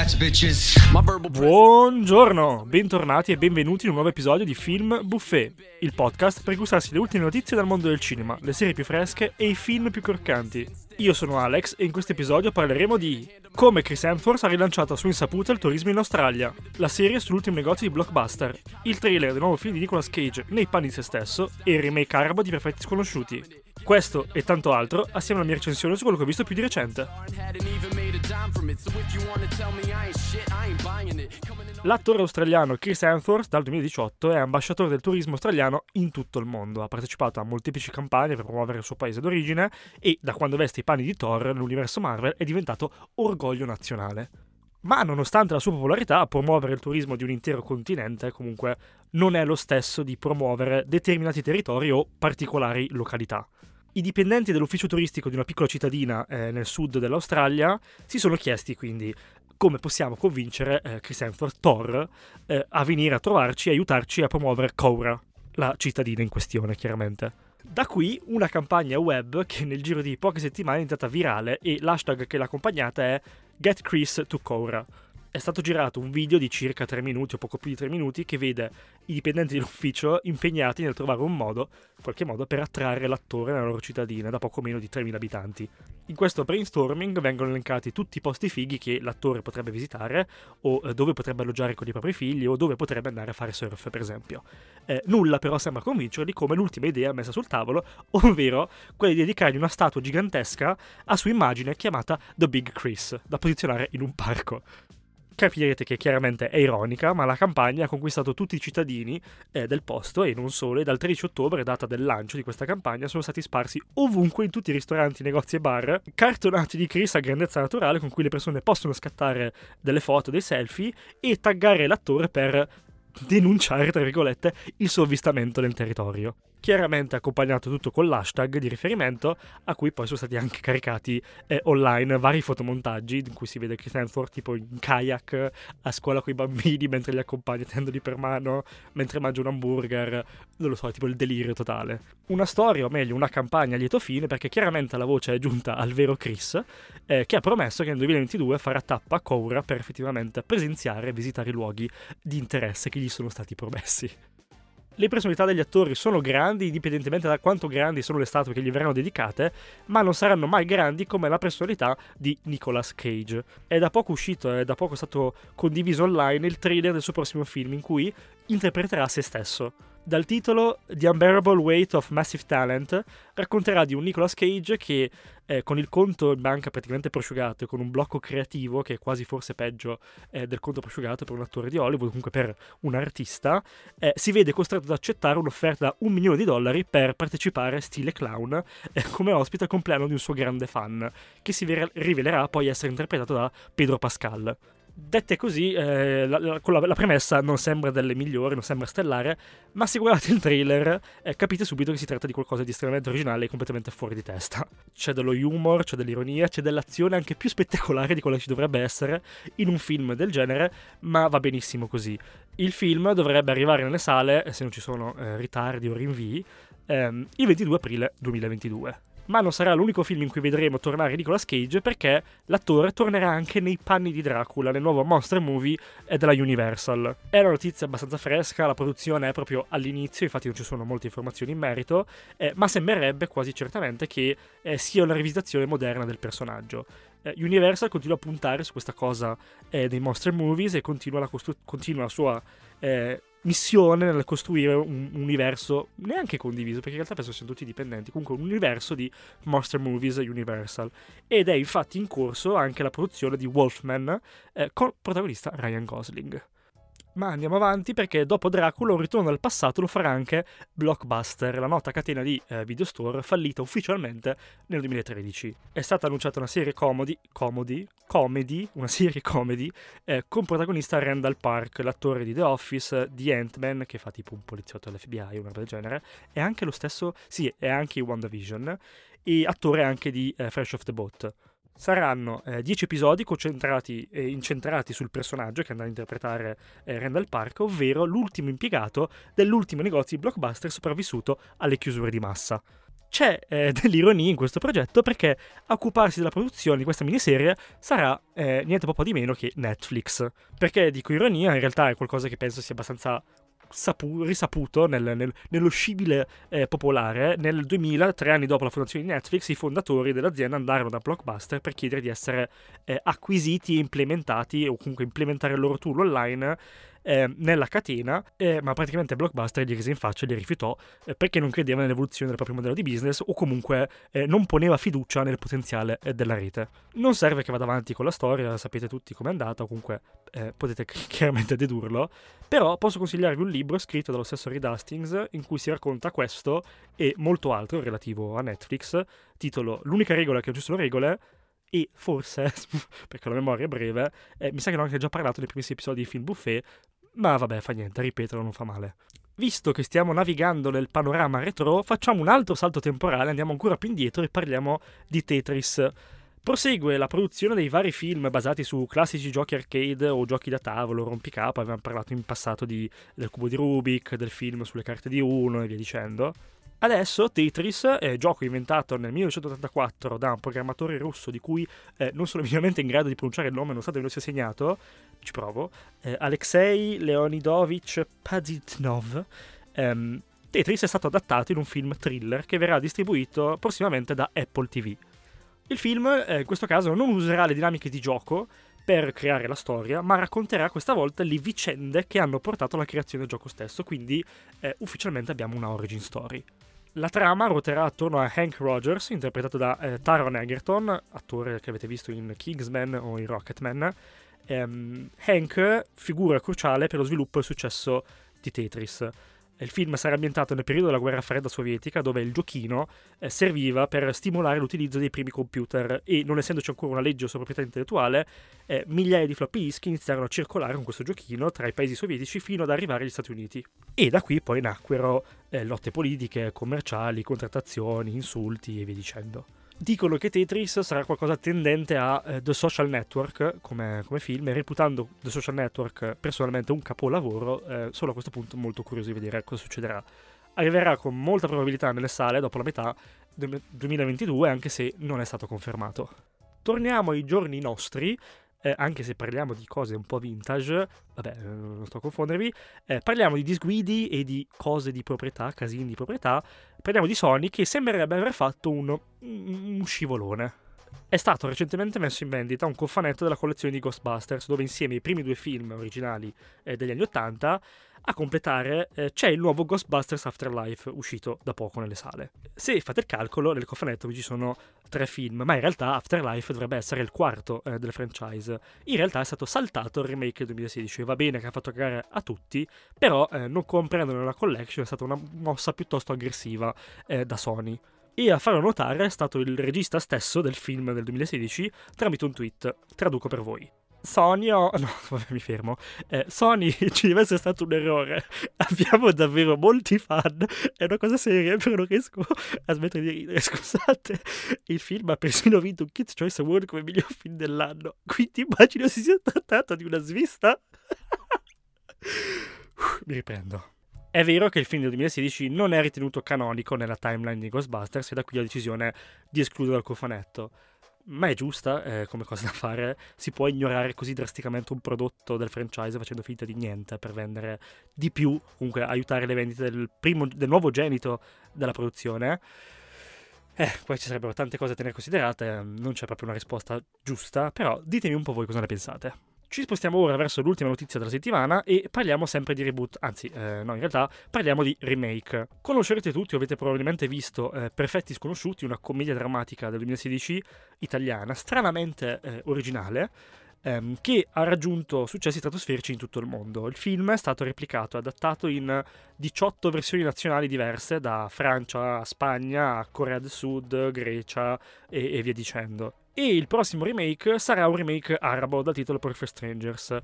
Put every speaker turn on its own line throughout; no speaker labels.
Buongiorno, bentornati e benvenuti in un nuovo episodio di Film Buffet, il podcast per gustarsi le ultime notizie dal mondo del cinema, le serie più fresche e i film più croccanti. Io sono Alex e in questo episodio parleremo di come Chris Hemsworth ha rilanciato a sua insaputa il turismo in Australia, la serie sull'ultimo negozio di Blockbuster, il trailer del nuovo film di Nicolas Cage nei panni di se stesso e il remake arabo di Perfetti Sconosciuti. Questo e tanto altro assieme alla mia recensione su quello che ho visto più di recente. L'attore australiano Chris Hemsworth dal 2018 è ambasciatore del turismo australiano in tutto il mondo. Ha partecipato a molteplici campagne per promuovere il suo paese d'origine e da quando veste i panni di Thor nell'universo Marvel è diventato orgoglio nazionale. Ma nonostante la sua popolarità, promuovere il turismo di un intero continente comunque non è lo stesso di promuovere determinati territori o particolari località. I dipendenti dell'ufficio turistico di una piccola cittadina nel sud dell'Australia si sono chiesti quindi come possiamo convincere Chris Hemsworth, Thor, a venire a trovarci e aiutarci a promuovere Cowra, la cittadina in questione chiaramente. Da qui una campagna web che nel giro di poche settimane è diventata virale e l'hashtag che l'ha accompagnata è Get Chris to Cowra. È stato girato un video di circa 3 minuti o poco più di 3 minuti che vede i dipendenti dell'ufficio impegnati nel trovare un modo, in qualche modo, per attrarre l'attore nella loro cittadina da poco meno di 3.000 abitanti. In questo brainstorming vengono elencati tutti i posti fighi che l'attore potrebbe visitare o dove potrebbe alloggiare con i propri figli o dove potrebbe andare a fare surf, per esempio. Nulla però sembra convincerli come l'ultima idea messa sul tavolo, ovvero quella di dedicargli una statua gigantesca a sua immagine chiamata The Big Chris, da posizionare in un parco. Capirete che chiaramente è ironica, ma la campagna ha conquistato tutti i cittadini del posto e non solo, e dal 13 ottobre, data del lancio di questa campagna, sono stati sparsi ovunque in tutti i ristoranti, negozi e bar cartonati di Chris a grandezza naturale con cui le persone possono scattare delle foto, dei selfie e taggare l'attore per denunciare, tra virgolette, il suo avvistamento nel territorio. Chiaramente accompagnato tutto con l'hashtag di riferimento a cui poi sono stati anche caricati online vari fotomontaggi in cui si vede Chris Hemsworth tipo in kayak a scuola con i bambini mentre li accompagna tenendoli per mano mentre mangia un hamburger, non lo so, tipo il delirio totale. Una storia, o meglio una campagna a lieto fine, perché chiaramente la voce è giunta al vero Chris che ha promesso che nel 2022 farà tappa a Cowra per effettivamente presenziare e visitare i luoghi di interesse che gli sono stati promessi. Le personalità degli attori sono grandi, indipendentemente da quanto grandi sono le statue che gli verranno dedicate, ma non saranno mai grandi come la personalità di Nicolas Cage. È da poco uscito, è da poco stato condiviso online il trailer del suo prossimo film in cui interpreterà se stesso. Dal titolo The Unbearable Weight of Massive Talent racconterà di un Nicolas Cage che con il conto in banca praticamente prosciugato e con un blocco creativo che è quasi forse peggio del conto prosciugato per un attore di Hollywood, comunque per un artista, si vede costretto ad accettare un'offerta da $1 milione per partecipare stile clown come ospite al compleanno di un suo grande fan, che si rivelerà poi essere interpretato da Pedro Pascal. Dette così, la premessa non sembra delle migliori, non sembra stellare, ma se guardate il trailer capite subito che si tratta di qualcosa di estremamente originale e completamente fuori di testa. C'è dello humor, c'è dell'ironia, c'è dell'azione anche più spettacolare di quella che ci dovrebbe essere in un film del genere, ma va benissimo così. Il film dovrebbe arrivare nelle sale, se non ci sono ritardi o rinvii, il 22 aprile 2022. Ma non sarà l'unico film in cui vedremo tornare Nicolas Cage, perché l'attore tornerà anche nei panni di Dracula nel nuovo Monster Movie della Universal. È una notizia abbastanza fresca, la produzione è proprio all'inizio, infatti non ci sono molte informazioni in merito, ma sembrerebbe quasi certamente che sia una rivisitazione moderna del personaggio. Universal continua a puntare su questa cosa dei Monster Movies e continua la sua missione nel costruire un universo neanche condiviso, perché in realtà penso siano tutti dipendenti, comunque un universo di Monster Movies Universal, ed è infatti in corso anche la produzione di Wolfman con protagonista Ryan Gosling. Ma andiamo avanti, perché dopo Dracula un ritorno al passato lo farà anche Blockbuster, la nota catena di videostore fallita ufficialmente nel 2013. È stata annunciata una serie comedy con protagonista Randall Park, l'attore di The Office, di Ant-Man, che fa tipo un poliziotto all'FBI o una roba del genere, è anche lo stesso, sì, è anche in WandaVision, e attore anche di Fresh Off the Boat. Saranno 10 episodi concentrati e incentrati sul personaggio che andrà a interpretare Randall Park, ovvero l'ultimo impiegato dell'ultimo negozio di Blockbuster sopravvissuto alle chiusure di massa. C'è dell'ironia in questo progetto perché a occuparsi della produzione di questa miniserie sarà niente po' di meno che Netflix. Perché dico ironia, in realtà è qualcosa che penso sia abbastanza risaputo nello scibile popolare. Nel 2000, 3 anni dopo la fondazione di Netflix, i fondatori dell'azienda andarono da Blockbuster per chiedere di essere acquisiti e implementati, o comunque implementare il loro tool online nella catena, ma praticamente Blockbuster gli rese in faccia e li rifiutò perché non credeva nell'evoluzione del proprio modello di business, o comunque non poneva fiducia nel potenziale della rete. Non serve che vada avanti con la storia, sapete tutti com'è andata, o comunque potete chiaramente dedurlo, però posso consigliarvi un libro scritto dallo stesso Reed Hastings in cui si racconta questo e molto altro relativo a Netflix, titolo L'unica regola è che non ci sono regole. E forse, perché la memoria è breve, mi sa che l'ho anche già parlato nei primissimi episodi di Film Buffet, ma vabbè, fa niente, ripeterlo non fa male. Visto che stiamo navigando nel panorama retro, facciamo un altro salto temporale, andiamo ancora più indietro e parliamo di Tetris. Prosegue la produzione dei vari film basati su classici giochi arcade o giochi da tavolo, rompicapo. Avevamo parlato in passato del cubo di Rubik, del film sulle carte di Uno e via dicendo. Adesso Tetris è gioco inventato nel 1984 da un programmatore russo di cui non sono minimamente in grado di pronunciare il nome, nonostante me lo sia segnato, ci provo, Alexei Leonidovich Pazitnov. Tetris è stato adattato in un film thriller che verrà distribuito prossimamente da Apple TV. Il film, in questo caso, non userà le dinamiche di gioco per creare la storia, ma racconterà questa volta le vicende che hanno portato alla creazione del gioco stesso, quindi ufficialmente abbiamo una origin story. La trama ruoterà attorno a Hank Rogers, interpretato da Taron Egerton, attore che avete visto in Kingsman o in Rocketman. Hank, figura cruciale per lo sviluppo e il successo di Tetris. Il film sarà ambientato nel periodo della guerra fredda sovietica, dove il giochino serviva per stimolare l'utilizzo dei primi computer e, non essendoci ancora una legge sulla proprietà intellettuale, migliaia di floppy disk iniziarono a circolare con questo giochino tra i paesi sovietici fino ad arrivare agli Stati Uniti. E da qui poi nacquero lotte politiche, commerciali, contrattazioni, insulti e via dicendo. Dicono che Tetris sarà qualcosa tendente a The Social Network come film, e reputando The Social Network personalmente un capolavoro, sono a questo punto molto curioso di vedere cosa succederà. Arriverà con molta probabilità nelle sale dopo la metà del 2022, anche se non è stato confermato. Torniamo ai giorni nostri, anche se parliamo di cose un po' vintage, vabbè, non sto a confondervi, parliamo di disguidi e di cose di proprietà, casini di proprietà. Parliamo di Sony, che sembrerebbe aver fatto un scivolone. È stato recentemente messo in vendita un cofanetto della collezione di Ghostbusters, dove insieme ai primi 2 film originali degli anni 80, a completare c'è il nuovo Ghostbusters Afterlife, uscito da poco nelle sale. Se fate il calcolo, nel cofanetto ci sono 3 film, ma in realtà Afterlife dovrebbe essere il quarto del franchise. In realtà è stato saltato il remake del 2016, e va bene che ha fatto cagare a tutti, però non comprendere la collection è stata una mossa piuttosto aggressiva da Sony. E a farlo notare è stato il regista stesso del film del 2016 tramite un tweet. Traduco per voi. Sony, mi fermo. Sony, ci deve essere stato un errore. Abbiamo davvero molti fan. È una cosa seria, però non riesco a smettere di ridere. Scusate. Il film ha persino vinto un Kids' Choice Award come miglior film dell'anno. Quindi immagino si sia trattato di una svista. Mi riprendo. È vero che il film del 2016 non è ritenuto canonico nella timeline di Ghostbusters, e da qui la decisione di escludere dal cofanetto. Ma è giusta come cosa da fare. Si può ignorare così drasticamente un prodotto del franchise facendo finta di niente per vendere di più, comunque aiutare le vendite del nuovo genito della produzione. Poi ci sarebbero tante cose da tenere considerate, non c'è proprio una risposta giusta, però ditemi un po' voi cosa ne pensate. Ci spostiamo ora verso l'ultima notizia della settimana e parliamo sempre di reboot, anzi, no, in realtà parliamo di remake. Conoscerete tutti, o avete probabilmente visto Perfetti Sconosciuti, una commedia drammatica del 2016 italiana, stranamente originale, che ha raggiunto successi stratosferici in tutto il mondo. Il film è stato replicato e adattato in 18 versioni nazionali diverse, da Francia a Spagna a Corea del Sud, Grecia e via dicendo. E il prossimo remake sarà un remake arabo dal titolo Perfect Strangers.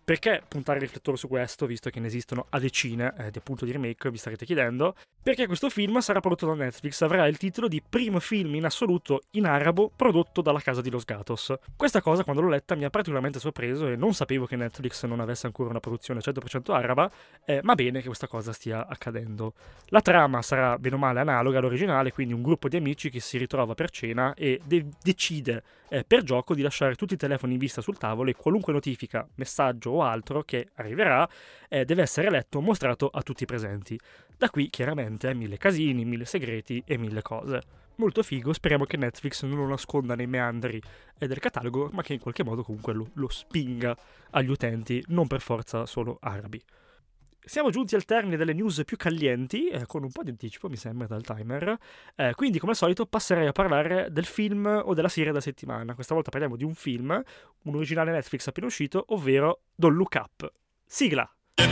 Perché puntare il riflettore su questo, visto che ne esistono a decine di appunto di remake, vi starete chiedendo? Perché questo film sarà prodotto da Netflix, avrà il titolo di primo film in assoluto in arabo prodotto dalla casa di Los Gatos. Questa cosa, quando l'ho letta, mi ha particolarmente sorpreso e non sapevo che Netflix non avesse ancora una produzione 100% araba, ma bene che questa cosa stia accadendo. La trama sarà bene o male analoga all'originale, quindi un gruppo di amici che si ritrova per cena e decide per gioco di lasciare tutti i telefoni in vista sul tavolo e qualunque notifica, messaggio o altro che arriverà deve essere letto o mostrato a tutti i presenti. Da qui chiaramente 1000 casini, 1000 segreti e 1000 cose. Molto figo, speriamo che Netflix non lo nasconda nei meandri del catalogo, ma che in qualche modo comunque lo spinga agli utenti, non per forza solo arabi. Siamo giunti al termine delle news più calienti, con un po' di anticipo mi sembra dal timer, quindi come al solito passerei a parlare del film o della serie da settimana. Questa volta parliamo di un film, un originale Netflix appena uscito, ovvero Don't Look Up. Sigla!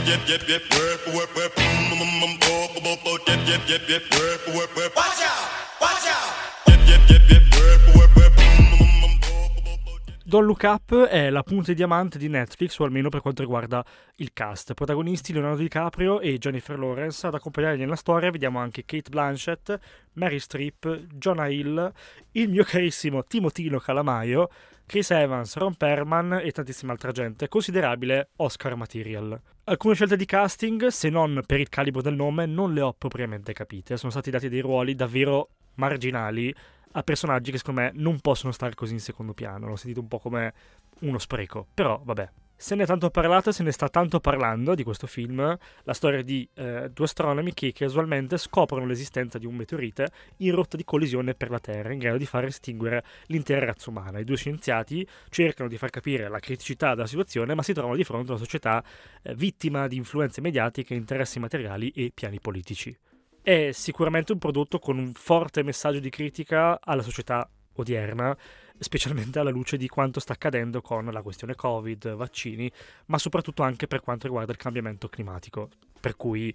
Don't Look Up è la punta di diamante di Netflix, o almeno per quanto riguarda il cast. Protagonisti Leonardo DiCaprio e Jennifer Lawrence. Ad accompagnarli nella storia vediamo anche Kate Blanchett, Mary Streep, Jonah Hill, il mio carissimo Timotino Calamaio, Chris Evans, Ron Perlman e tantissima altra gente. Considerabile Oscar material. Alcune scelte di casting, se non per il calibro del nome, non le ho propriamente capite. Sono stati dati dei ruoli davvero marginali a personaggi che secondo me non possono stare così in secondo piano. L'ho sentito un po' come uno spreco, però vabbè. Se ne è tanto parlato, se ne sta tanto parlando di questo film, la storia di due astronomi che casualmente scoprono l'esistenza di un meteorite in rotta di collisione per la Terra, in grado di far estinguere l'intera razza umana. I due scienziati cercano di far capire la criticità della situazione, ma si trovano di fronte a una società vittima di influenze mediatiche, interessi materiali e piani politici. È sicuramente un prodotto con un forte messaggio di critica alla società odierna, specialmente alla luce di quanto sta accadendo con la questione Covid, vaccini, ma soprattutto anche per quanto riguarda il cambiamento climatico, per cui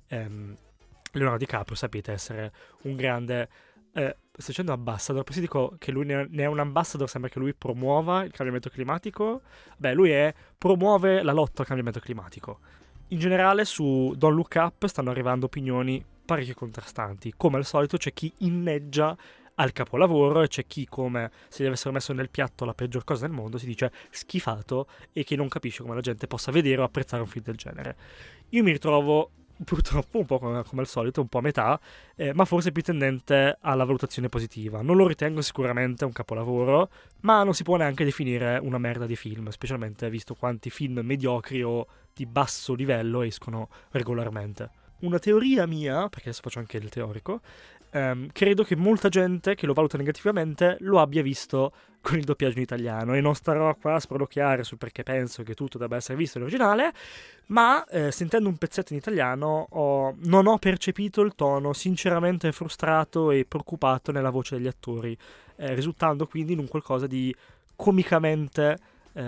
Leonardo DiCaprio sapete essere un grande sto dicendo ambassador, poi si dico che lui ne è un ambassador, sembra che lui promuova il cambiamento climatico. Beh, lui promuove la lotta al cambiamento climatico. In generale su Don't Look Up stanno arrivando opinioni parecchio contrastanti. Come al solito c'è chi inneggia al capolavoro e c'è chi, come se gli avessero messo nel piatto la peggior cosa del mondo, si dice schifato e che non capisce come la gente possa vedere o apprezzare un film del genere. Io mi ritrovo purtroppo un po' come al solito, un po' a metà, ma forse più tendente alla valutazione positiva. Non lo ritengo sicuramente un capolavoro, ma non si può neanche definire una merda di film, specialmente visto quanti film mediocri o di basso livello escono regolarmente. Una teoria mia, perché adesso faccio anche il teorico, credo che molta gente che lo valuta negativamente lo abbia visto con il doppiaggio in italiano, e non starò qua a sproloquiare sul perché penso che tutto debba essere visto in originale, ma sentendo un pezzetto in italiano non ho percepito il tono sinceramente frustrato e preoccupato nella voce degli attori, risultando quindi in un qualcosa di comicamente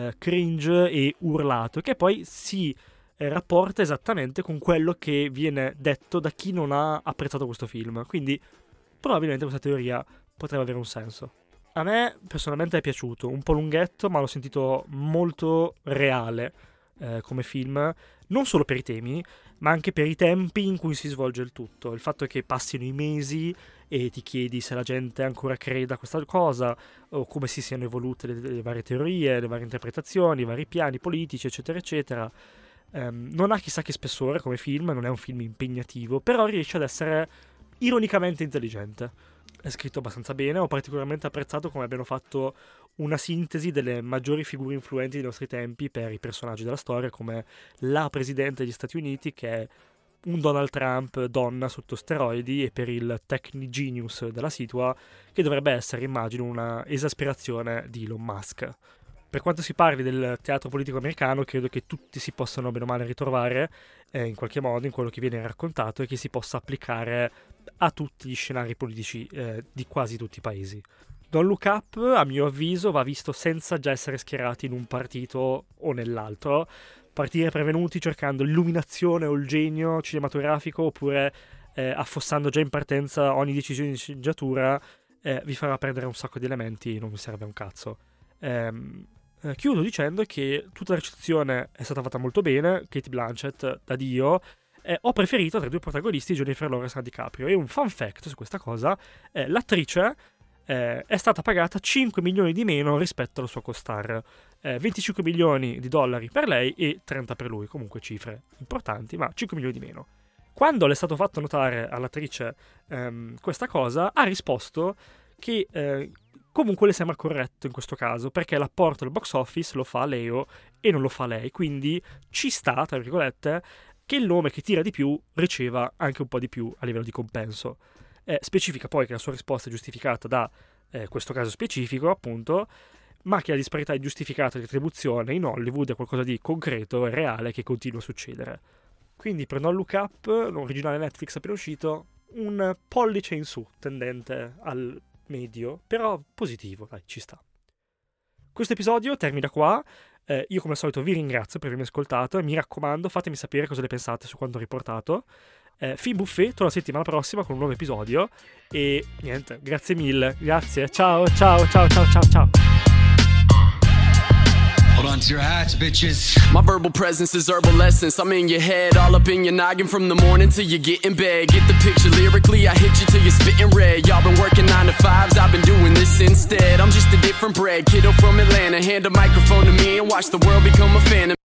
cringe e urlato, che poi si rapporta esattamente con quello che viene detto da chi non ha apprezzato questo film. Quindi probabilmente questa teoria potrebbe avere un senso. A me personalmente è piaciuto, un po' lunghetto, ma l'ho sentito molto reale come film, non solo per i temi, ma anche per i tempi in cui si svolge il tutto. Il fatto è che passino i mesi e ti chiedi se la gente ancora creda a questa cosa, o come si siano evolute le varie teorie, le varie interpretazioni, i vari piani politici, eccetera, eccetera. Non ha chissà che spessore come film, non è un film impegnativo, però riesce ad essere ironicamente intelligente. È scritto abbastanza bene, ho particolarmente apprezzato come abbiano fatto una sintesi delle maggiori figure influenti dei nostri tempi per i personaggi della storia, come la presidente degli Stati Uniti, che è un Donald Trump donna sotto steroidi, e per il techni genius della situa, che dovrebbe essere, immagino, una esasperazione di Elon Musk. Per quanto si parli del teatro politico americano, credo che tutti si possano bene o male ritrovare in qualche modo in quello che viene raccontato e che si possa applicare a tutti gli scenari politici di quasi tutti i paesi. Don't Look Up, a mio avviso, va visto senza già essere schierati in un partito o nell'altro, partire prevenuti cercando l'illuminazione o il genio cinematografico, oppure affossando già in partenza ogni decisione di sceneggiatura, vi farà perdere un sacco di elementi e non vi serve un cazzo. chiudo dicendo che tutta la recitazione è stata fatta molto bene, Cate Blanchett da Dio. Ho preferito tra i due protagonisti Jennifer Lawrence e DiCaprio. E un fun fact su questa cosa, l'attrice è stata pagata 5 milioni di meno rispetto alla sua co-star. 25 milioni di dollari per lei e 30 per lui, comunque cifre importanti, ma 5 milioni di meno. Quando le è stato fatto notare all'attrice questa cosa, ha risposto che comunque le sembra corretto in questo caso, perché l'apporto del box office lo fa Leo e non lo fa lei, quindi ci sta, tra virgolette, che il nome che tira di più riceva anche un po' di più a livello di compenso. Specifica poi che la sua risposta è giustificata da questo caso specifico, appunto, ma che la disparità ingiustificata di retribuzione in Hollywood è qualcosa di concreto e reale che continua a succedere. Quindi per Non Look Up, l'originale Netflix appena uscito, un pollice in su, tendente al medio, però positivo, dai, ci sta. Questo episodio termina qua. Io come al solito vi ringrazio per avermi ascoltato e mi raccomando, fatemi sapere cosa ne pensate su quanto ho riportato. Film Buffet, torno la settimana prossima con un nuovo episodio e niente, grazie mille, grazie, ciao.
Hold on to your hats, bitches.
My verbal presence is herbal essence. I'm in your head, all up in your noggin from the morning till you get in bed. Get the picture lyrically, I hit you till you're spitting red. Y'all been working 9 to 5s, I've been doing this instead. I'm just a different breed, kiddo from Atlanta. Hand a microphone to me and watch the world become a fan of